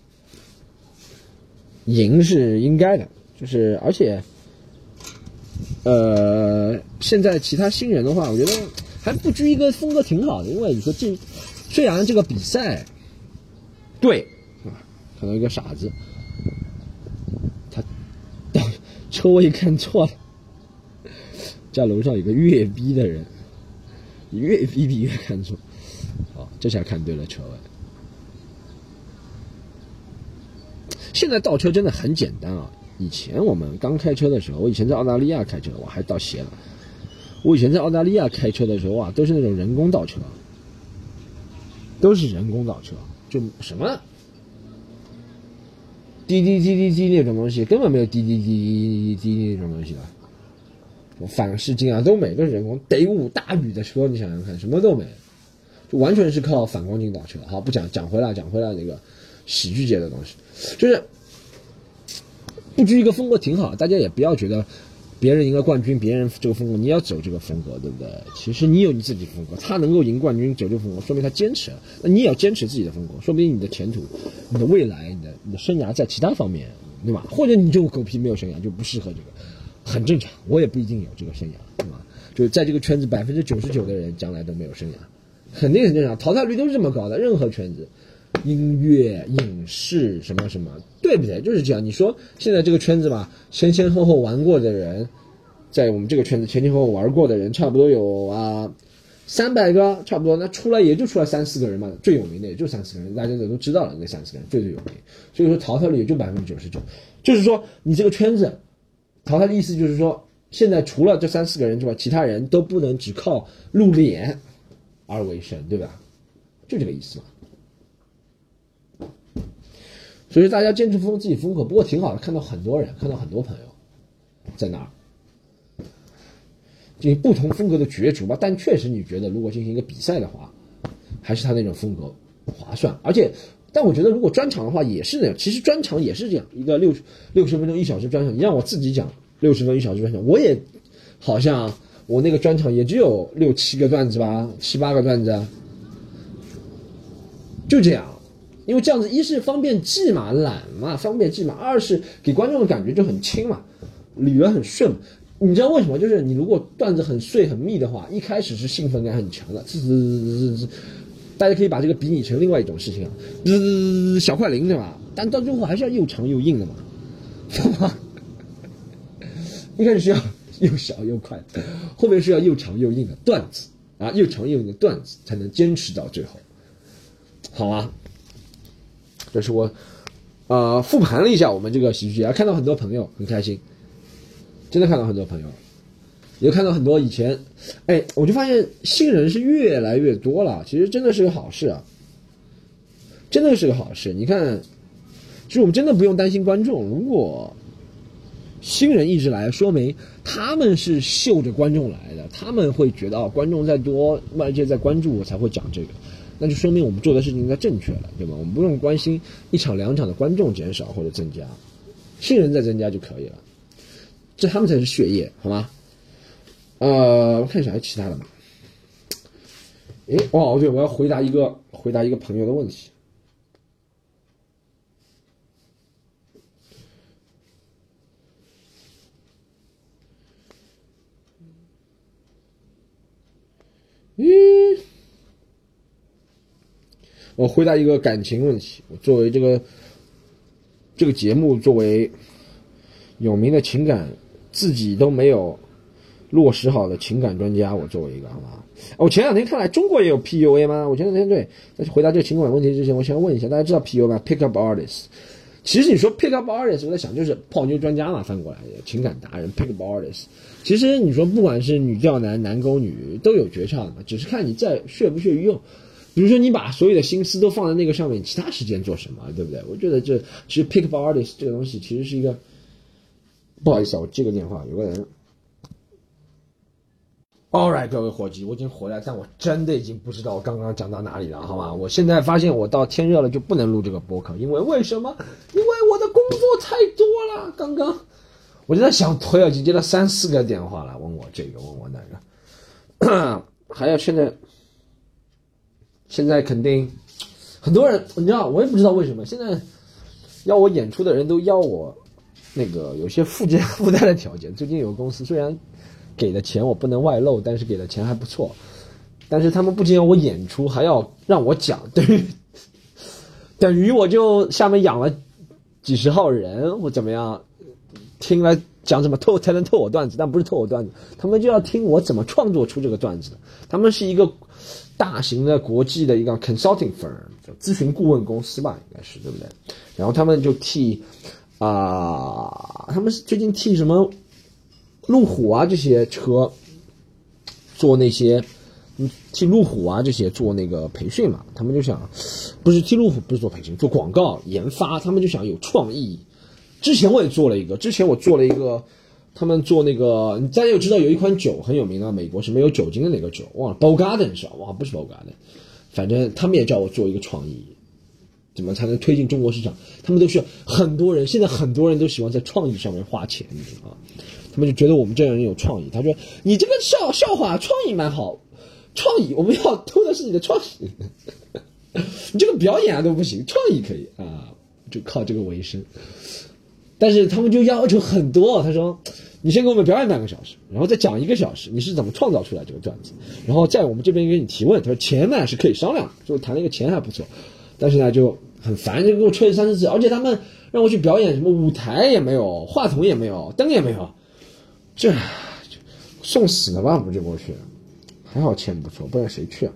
赢是应该的，就是而且，呃，现在其他新人的话，我觉得还不拘一个风格挺好的，因为你说这虽然这个比赛，对啊，可能一个傻子。车位看错了，家楼上有个越逼的人，越逼逼越看错，好，这下看对了车位。现在倒车真的很简单啊， 以前我们刚开车的时候，我以前在澳大利亚开车，我还倒斜了。我以前在澳大利亚开车的时候啊，都是那种人工倒车，都是人工倒车，就什么滴滴滴滴滴那种东西，根本没有滴滴滴滴滴滴那种东西的，反视镜啊都没，都是人工。得五大雨的车，你想想看，什么都没，就完全是靠反光镜倒车。好，不讲讲回来，讲回来那个喜剧界的东西，就是不拘一个风格挺好，大家也不要觉得别人赢了冠军，别人这个风格你要走这个风格，对不对？其实你有你自己的风格，他能够赢冠军走这个风格，说明他坚持了。那你也要坚持自己的风格，说不定你的前途、你的未来、你的你的生涯在其他方面，对吧？或者你就狗屁没有生涯，就不适合这个，很正常。我也不一定有这个生涯，对吧？就是在这个圈子百分之九十九的人将来都没有生涯，肯定很正常，淘汰率都是这么高的，任何圈子。音乐、影视什么什么，对不对？就是这样。你说现在这个圈子吧，前前后后玩过的人，在我们这个圈子前前后后玩过的人，差不多有啊三百个，差不多。那出来也就出来三四个人嘛，最有名的也就三四个人，大家都知道了，那三四个人最最有名。所以说淘汰率也就百分之九十九。就是说你这个圈子淘汰的意思就是说，现在除了这三四个人之外，其他人都不能只靠露脸而为生，对吧？就这个意思嘛。所以大家坚持风自己风格，不过挺好的，看到很多人，看到很多朋友在那儿进行不同风格的角逐吧。但确实你觉得如果进行一个比赛的话，还是他那种风格划算。而且但我觉得如果专场的话也是那样，其实专场也是这样，一个六六十分钟一小时专场，你让我自己讲六十分一小时专场，我也好像我那个专场也只有六七个段子吧，七八个段子，就这样。因为这样子，一是方便记嘛，懒嘛，方便记嘛；二是给观众的感觉就很轻嘛，捋得很顺嘛。你知道为什么？就是你如果段子很碎很密的话，一开始是兴奋感很强的，滋滋滋，大家可以把这个比拟成另外一种事情啊，滋小快灵对吧？但到最后还是要又长又硬的嘛，懂吗？一开始是要又小又快，后面是要又长又硬的段子啊，又长又硬的段子才能坚持到最后，好吗？这是我，呃，复盘了一下我们这个喜剧节，看到很多朋友很开心，真的看到很多朋友，也看到很多以前，哎，我就发现新人是越来越多了，其实真的是个好事啊，真的是个好事。你看，其实我们真的不用担心观众，如果新人一直来，说明他们是嗅着观众来的，他们会觉得哦，观众再多，外界在关注我才会讲这个。那就说明我们做的事情应该正确了，对吧？我们不用关心一场两场的观众减少或者增加，新人再增加就可以了，这他们才是血液，好吗？呃，我看一下还有其他的吗？诶，哦，对，我要回答一个回答一个朋友的问题。咦？我回答一个感情问题。我作为这个这个节目，作为有名的情感，自己都没有落实好的情感专家，我作为一个好吗？我前两天看来中国也有 P U A 吗？我前两天对，在回答这个情感问题之前，我想问一下，大家知道 P U A 吗 ？Pick up artist。其实你说 pick up artist， 我在想就是泡妞专家嘛，翻过来情感达人 pick up artist。其实你说不管是女钓男、男勾女，都有诀窍的嘛，只是看你在血不血用。比如说你把所有的心思都放在那个上面，其他时间做什么，对不对？我觉得这其实 pick up artist 这个东西其实是一个，不好意思啊，我接个电话，有个人。All right， 各位伙计，我已经回来，但我真的已经不知道我刚刚讲到哪里了，好吗？我现在发现我到天热了就不能录这个播客，因为为什么？因为我的工作太多了。刚刚我就在想，推耳机接了三四个电话了，问我这个，问我那个，还有现在。现在肯定很多人，你知道，我也不知道为什么现在要我演出的人都要我那个有些附加附带的条件。最近有个公司虽然给的钱我不能外露，但是给的钱还不错，但是他们不仅要我演出，还要让我讲，等于等于我就下面养了几十号人，或怎么样，听了讲怎么透才能透我段子，但不是透我段子，他们就要听我怎么创作出这个段子的。他们是一个大型的国际的一个 consulting firm， 咨询顾问公司吧，应该是，对不对？然后他们就替啊、呃，他们是最近替什么路虎啊这些车做那些，替路虎啊这些做那个培训嘛，他们就想，不是替路虎不是做培训，做广告研发，他们就想有创意。之前我也做了一个，之前我做了一个。他们做那个，大家又知道有一款酒很有名啊，美国是没有酒精的那个酒，忘了 Bogarden 是吧？哇，不是 Bogarden， 反正他们也叫我做一个创意，怎么才能推进中国市场？他们都是很多人，现在很多人都喜欢在创意上面花钱，你知道吗？他们就觉得我们这样人有创意。他说：“你这个笑笑话创意蛮好，创意我们要偷的是你的创意，你这个表演啊都不行，创意可以啊，就靠这个为生。”但是他们就要求很多，他说。你先给我们表演半个小时，然后再讲一个小时，你是怎么创造出来这个段子？然后在我们这边给你提问。他说钱呢是可以商量，就谈那个钱还不错，但是呢就很烦，就给我吹三四次，而且他们让我去表演，什么舞台也没有，话筒也没有，灯也没有，这送死了吧？不就过去了？还好钱不错，不然谁去啊？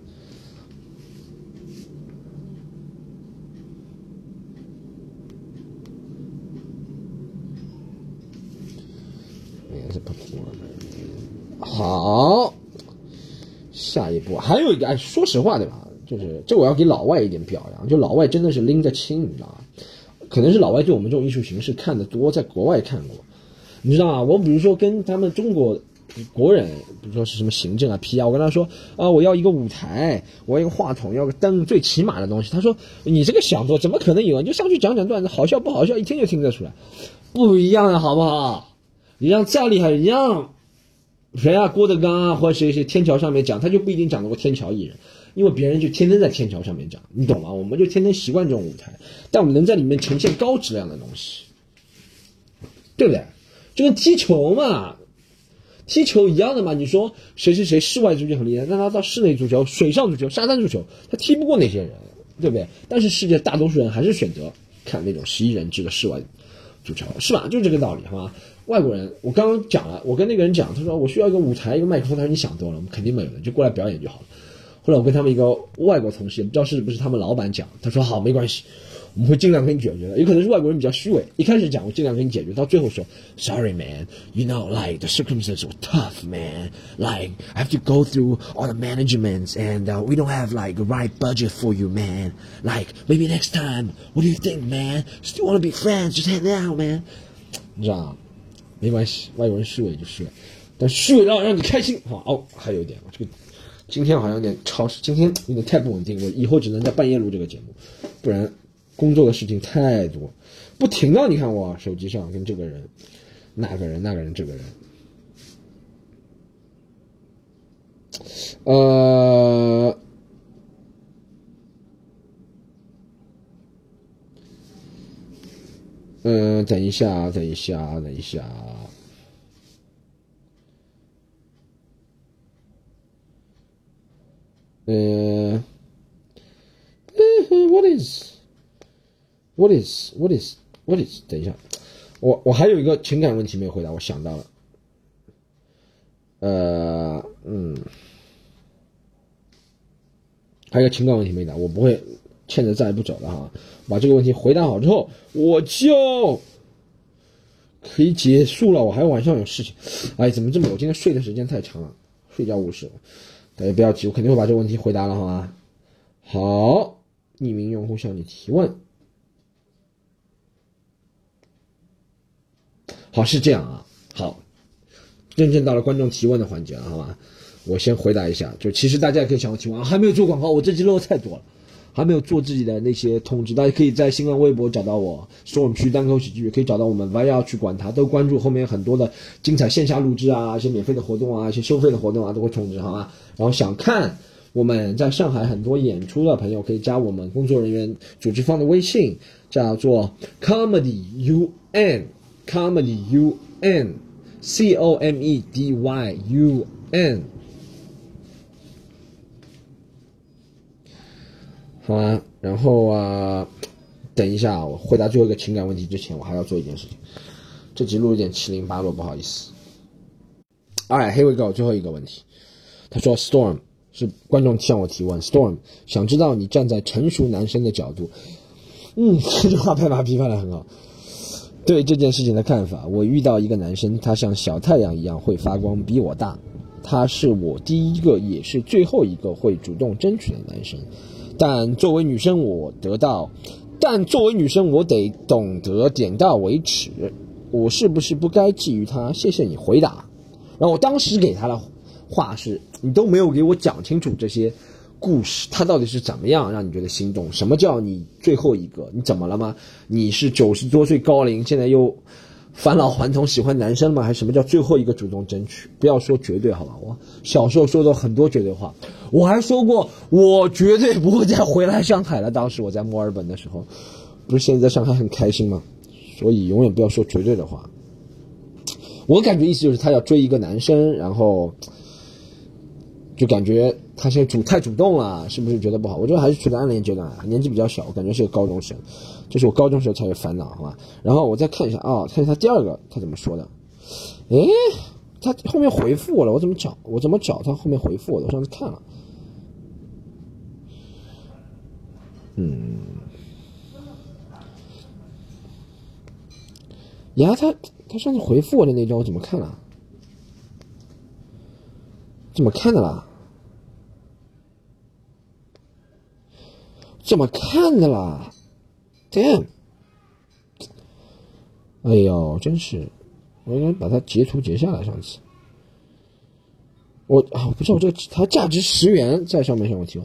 好，下一步还有一个，哎，说实话对吧？就是这我要给老外一点表扬，就老外真的是拎得清，你知道吗？可能是老外对我们这种艺术形式看得多，在国外看过，你知道吗？我比如说跟他们中国国人，比如说是什么行政啊、P R， 我跟他说啊，我要一个舞台，我要一个话筒，要个灯，最起码的东西。他说你这个想多，怎么可能有？你就上去讲讲段子，好笑不好笑，一听就听得出来，不一样的好不好？你让再厉害，你让谁啊，郭德纲啊，或者谁谁天桥上面讲，他就不一定讲得过天桥艺人，因为别人就天天在天桥上面讲，你懂吗？我们就天天习惯这种舞台，但我们能在里面呈现高质量的东西，对不对？就跟踢球嘛，踢球一样的嘛。你说谁谁谁室外足球很厉害，但他到室内足球、水上足球、沙滩足球，他踢不过那些人，对不对？但是世界大多数人还是选择看那种十一人制的室外足球，是吧？就是这个道理，好吗？外国人，我刚刚讲了，我跟那个人讲，他说我需要一个舞台，一个麦克风，他说你想多了，我们肯定没有的，就过来表演就好了。后来我跟他们一个外国同事，也不知道是不是他们老板讲，他说好，没关系，我们会尽量给你解决的。有可能是外国人比较虚伪，一开始讲我尽量给你解决，到最后说 Sorry man, you know like the circumstances were tough man, like I have to go through all the managements and uh, we don't have like the right budget for you man, like maybe next time, what do you think man? Still want to be friends, just hang out man. 你知道吗？没关系，外国人虚伪就虚伪，但虚伪让让你开心好哦。还有一点，我这个今天好像有点超时，今天有点太不稳定，我以后只能在半夜录这个节目，不然工作的事情太多，不停的。你看我手机上跟这个人、那个人、那个人、这个人，呃。嗯，等一下，等一下，等一下。嗯、呃、，What is? What is? What is? What is? 等一下，我我还有一个情感问题没有回答，我想到了。呃，嗯，还有一个情感问题没答，我不会欠着债不走的哈。把这个问题回答好之后，我就可以结束了。我还晚上有事情，哎，怎么这么？我今天睡的时间太长了，睡觉误事了。大家不要急，我肯定会把这个问题回答了，好吗？好，匿名用户向你提问。好，是这样啊。好，认真到了观众提问的环节了，好吗？我先回答一下，就其实大家也可以向我提问啊。还没有做广告，我这集漏的太多了。还没有做自己的那些通知，大家可以在新浪微博找到我，说我们区单口喜剧，可以找到我们 V R 去管它，都关注后面很多的精彩线下录制啊，一些免费的活动啊，一些收费的活动啊，都会通知，好吗？然后想看我们在上海很多演出的朋友，可以加我们工作人员组织方的微信，叫做 Comedy U N Comedy U N C O M E D Y U N。好啊，然后啊，等一下，我回答最后一个情感问题之前，我还要做一件事情。这集录有点七零八落，不好意思。Alright, here we go， 最后一个问题。他说 Storm 是观众向我提问 ，Storm 想知道你站在成熟男生的角度，嗯，这句话拍马屁拍得很好。 对这件事情的看法，我遇到一个男生，他像小太阳一样会发光，比我大，他是我第一个也是最后一个会主动争取的男生。但作为女生我得到，但作为女生我得懂得点到为止，我是不是不该觊觎他？谢谢你回答。然后我当时给他的话是，你都没有给我讲清楚这些故事，他到底是怎么样让你觉得心动？什么叫你最后一个？你怎么了吗？你是九十多岁高龄，现在又返老还童，喜欢男生吗？还是什么叫最后一个主动争取？不要说绝对好吧，我小时候说的很多绝对话，我还说过我绝对不会再回来上海了。当时我在墨尔本的时候，不是现在在上海很开心吗？所以永远不要说绝对的话。我感觉意思就是他要追一个男生，然后就感觉他现在主太主动了，是不是觉得不好？我觉得还是处在暗恋阶段啊，年纪比较小，我感觉是个高中生，这是我高中时候才有烦恼，好吧？然后我再看一下啊、哦，看一下他第二个他怎么说的。诶，他后面回复我了，我怎么找？我怎么找他后面回复我的？我上次看了，嗯，呀，他他上次回复我的那张我怎么看了？怎么看的啦？怎么看的啦 ？Damn！ 哎呦，真是，我应该把它截图截下来。上次我啊，不知道这个它价值十元在上面向我提问。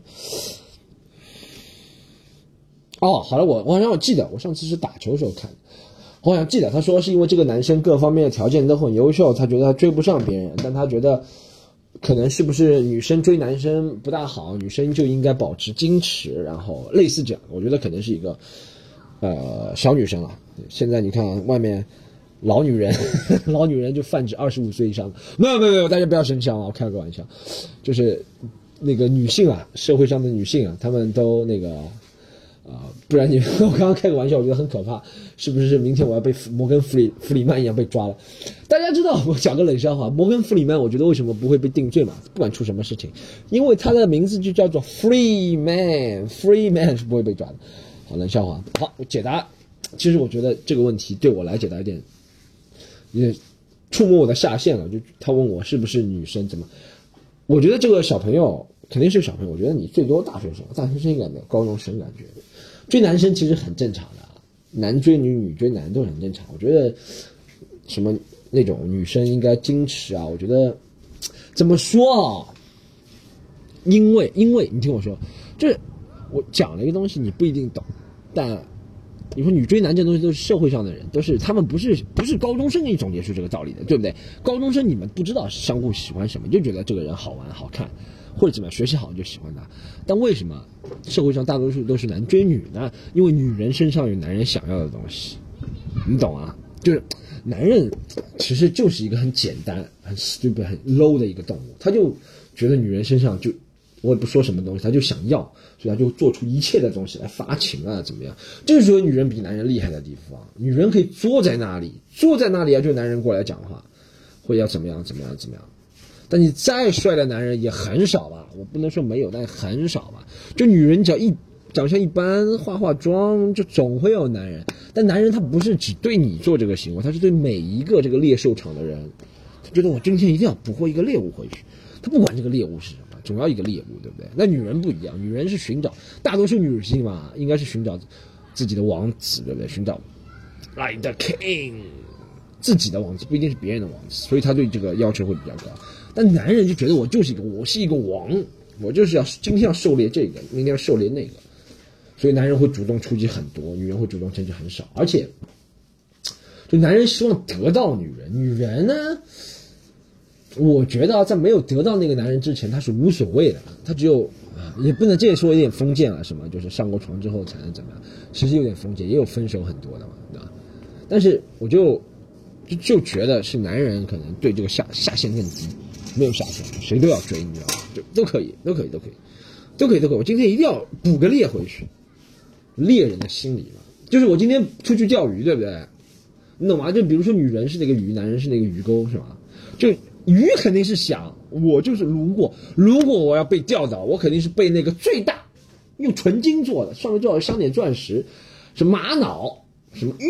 哦，好了，我我好像我记得，我上次是打球的时候看的，我好像记得他说是因为这个男生各方面的条件都很优秀，他觉得他追不上别人，但他觉得可能是不是女生追男生不大好，女生就应该保持矜持，然后类似这样，我觉得可能是一个呃小女生了。现在你看外面老女人，老女人就泛指二十五岁以上的，没有没有没有，大家不要生气啊，我开个玩笑，就是那个女性啊，社会上的女性啊，她们都那个。啊、呃，不然你我刚刚开个玩笑，我觉得很可怕，是不是？明天我要被摩根弗里弗里曼一样被抓了？大家知道，我讲个冷笑话，摩根弗里曼，我觉得为什么不会被定罪嘛？不管出什么事情，因为他的名字就叫做 Free Man，Free Man 是不会被抓的。好，冷笑话，好，我解答。其实我觉得这个问题对我来解答有点，有点触摸我的下限了。就他问我是不是女生，怎么？我觉得这个小朋友肯定是小朋友，我觉得你最多大学生，大学生应该没有，高中生感觉。追男生其实很正常的，男追女，女追男都很正常。我觉得什么那种女生应该矜持啊，我觉得怎么说啊？因为因为你听我说，就是我讲了一个东西，你不一定懂，但你说女追男这东西都是社会上的人，都是他们不是不是高中生给你总结出这个道理的，对不对？高中生你们不知道相互喜欢什么，就觉得这个人好玩好看。或者怎么样，学习好就喜欢他，但为什么社会上大多数都是男追女呢？因为女人身上有男人想要的东西，你懂啊？就是男人其实就是一个很简单、很 stupid、很 low 的一个动物，他就觉得女人身上就我也不说什么东西，他就想要，所以他就做出一切的东西来发情啊，怎么样？这就是女人比男人厉害的地方。女人可以坐在那里，坐在那里啊，就男人过来讲话，会要怎么样怎么样怎么样。但你再帅的男人也很少吧，我不能说没有，但很少吧。就女人只要一长相一般，化化妆，就总会有男人。但男人他不是只对你做这个行为，他是对每一个这个猎兽场的人。他觉得我今天一定要捕获一个猎物回去，他不管这个猎物是什么，总要一个猎物，对不对？那女人不一样，女人是寻找，大多数女性嘛，应该是寻找自己的王子，对不对？寻找 like the king， 自己的王子，不一定是别人的王子，所以他对这个要求会比较高。但男人就觉得我就是一个，我是一个王，我就是要今天要狩猎这个，明天要狩猎那个，所以男人会主动出击很多，女人会主动出击很少。而且，就男人希望得到女人，女人呢，我觉得在没有得到那个男人之前，他是无所谓的，他只有啊，也不能这也说有点封建了，什么就是上过床之后才能怎么样，其实有点封建，也有分手很多的嘛，对吧？但是我就就就觉得是男人可能对这个下下限更低。没有下限，谁都要追，你知道吗？就都可以，都可以，都可以，都可以，都可以。我今天一定要捕个猎回去，猎人的心理嘛，就是我今天出去钓鱼，对不对？你懂吗？就比如说女人是那个鱼，男人是那个鱼钩，是吧？就鱼肯定是想，我就是如果如果我要被钓到，我肯定是被那个最大用纯金做的，上面最好镶点钻石，什么玛瑙，什么玉，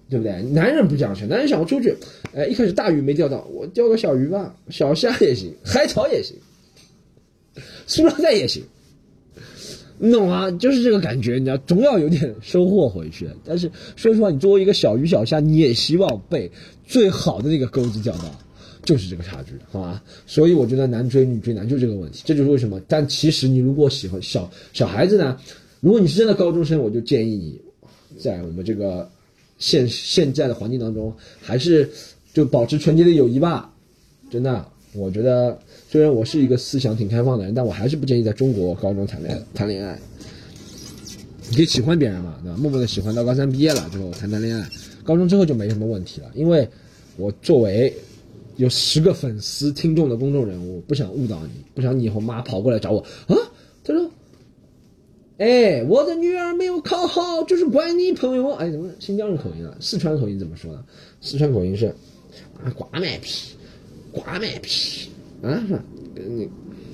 对不对？男人不这样想，男人想出去，哎，一开始大鱼没钓到，我钓个小鱼吧，小虾也行，海草也行，塑料袋也行，你懂吗？就是这个感觉，你知道，总要有点收获回去。但是说实话，你作为一个小鱼小虾，你也希望被最好的那个钩子钓到，就是这个差距，好吧？所以我觉得男追女追男就这个问题，这就是为什么。但其实你如果喜欢小小孩子呢，如果你是真的高中生，我就建议你在我们这个现现在的环境当中，还是就保持纯洁的友谊吧。真的，我觉得虽然我是一个思想挺开放的人，但我还是不建议在中国高中谈恋爱。谈恋爱，你可以喜欢别人嘛，对吧？默默的喜欢到高三毕业了之后谈谈恋爱，高中之后就没什么问题了。因为我作为有十个粉丝听众的公众人物，不想误导你，不想你以后妈跑过来找我啊，他说。哎，我的女儿没有考好，就是怪你朋友。哎，怎么新疆人口音了？四川口音怎么说呢？四川口音是啊，瓜麦皮，瓜麦皮啊，是吧？你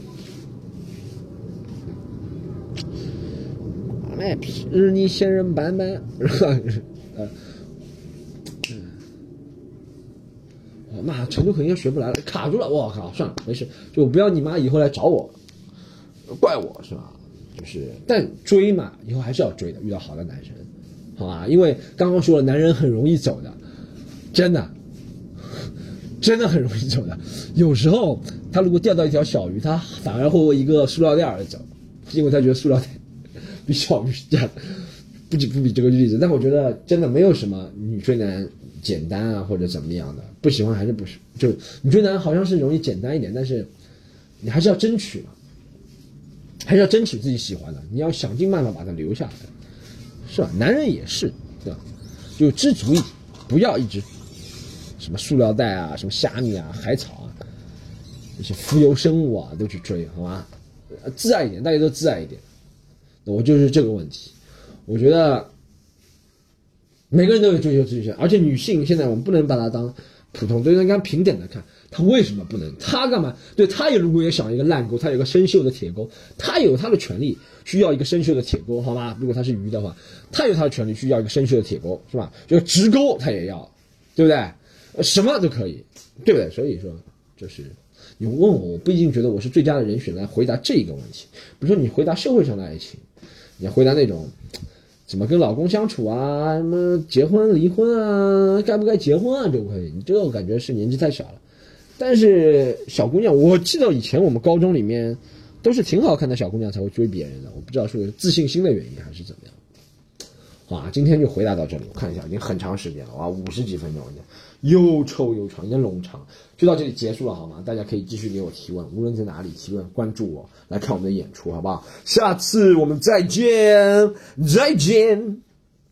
瓜麦皮，日你仙人板板，是吧？呃，我妈成都口音学不来了，卡住了。我靠，算了，没事，就不要你妈以后来找我，怪我是吧？就是，但追嘛，以后还是要追的。遇到好的男生，好吧？因为刚刚说了，男人很容易走的，真的，真的很容易走的。有时候他如果钓到一条小鱼，他反而会为一个塑料袋而走，因为他觉得塑料袋比小鱼这样，不比不比这个例子。但我觉得真的没有什么女追男简单啊，或者怎么样的，不喜欢还是不是？就女追男好像是容易简单一点，但是你还是要争取嘛。还是要争取自己喜欢的，你要想尽办法把它留下来，是吧？男人也是，对吧？就知足一点，不要一直什么塑料袋啊、什么虾米啊、海草啊，这些浮游生物啊都去追，好吧？自爱一点，大家都自爱一点。我就是这个问题，我觉得每个人都有追求自己权，而且女性现在我们不能把她当普通，对人家平等的看。他为什么不能？他干嘛？对，他也如果也想一个烂钩，他有个生锈的铁钩，他有他的权利需要一个生锈的铁钩，好吗？如果他是鱼的话，他有他的权利需要一个生锈的铁钩，是吧？就直钩他也要，对不对？什么都可以，对不对？所以说，就是你问我，我不一定觉得我是最佳的人选来回答这个问题。比如说你回答社会上的爱情，你要回答那种怎么跟老公相处啊，什么结婚离婚啊，该不该结婚啊，都可以。你这个我感觉是年纪太小了。但是小姑娘，我记得以前我们高中里面都是挺好看的小姑娘才会追别人的，我不知道是自信心的原因还是怎么样。好啊，今天就回答到这里，我看一下已经很长时间了，哇，五十几分钟，又臭又长，有点冗长，就到这里结束了好吗？大家可以继续给我提问，无论在哪里提问，关注我来看我们的演出，好不好？下次我们再见，再见。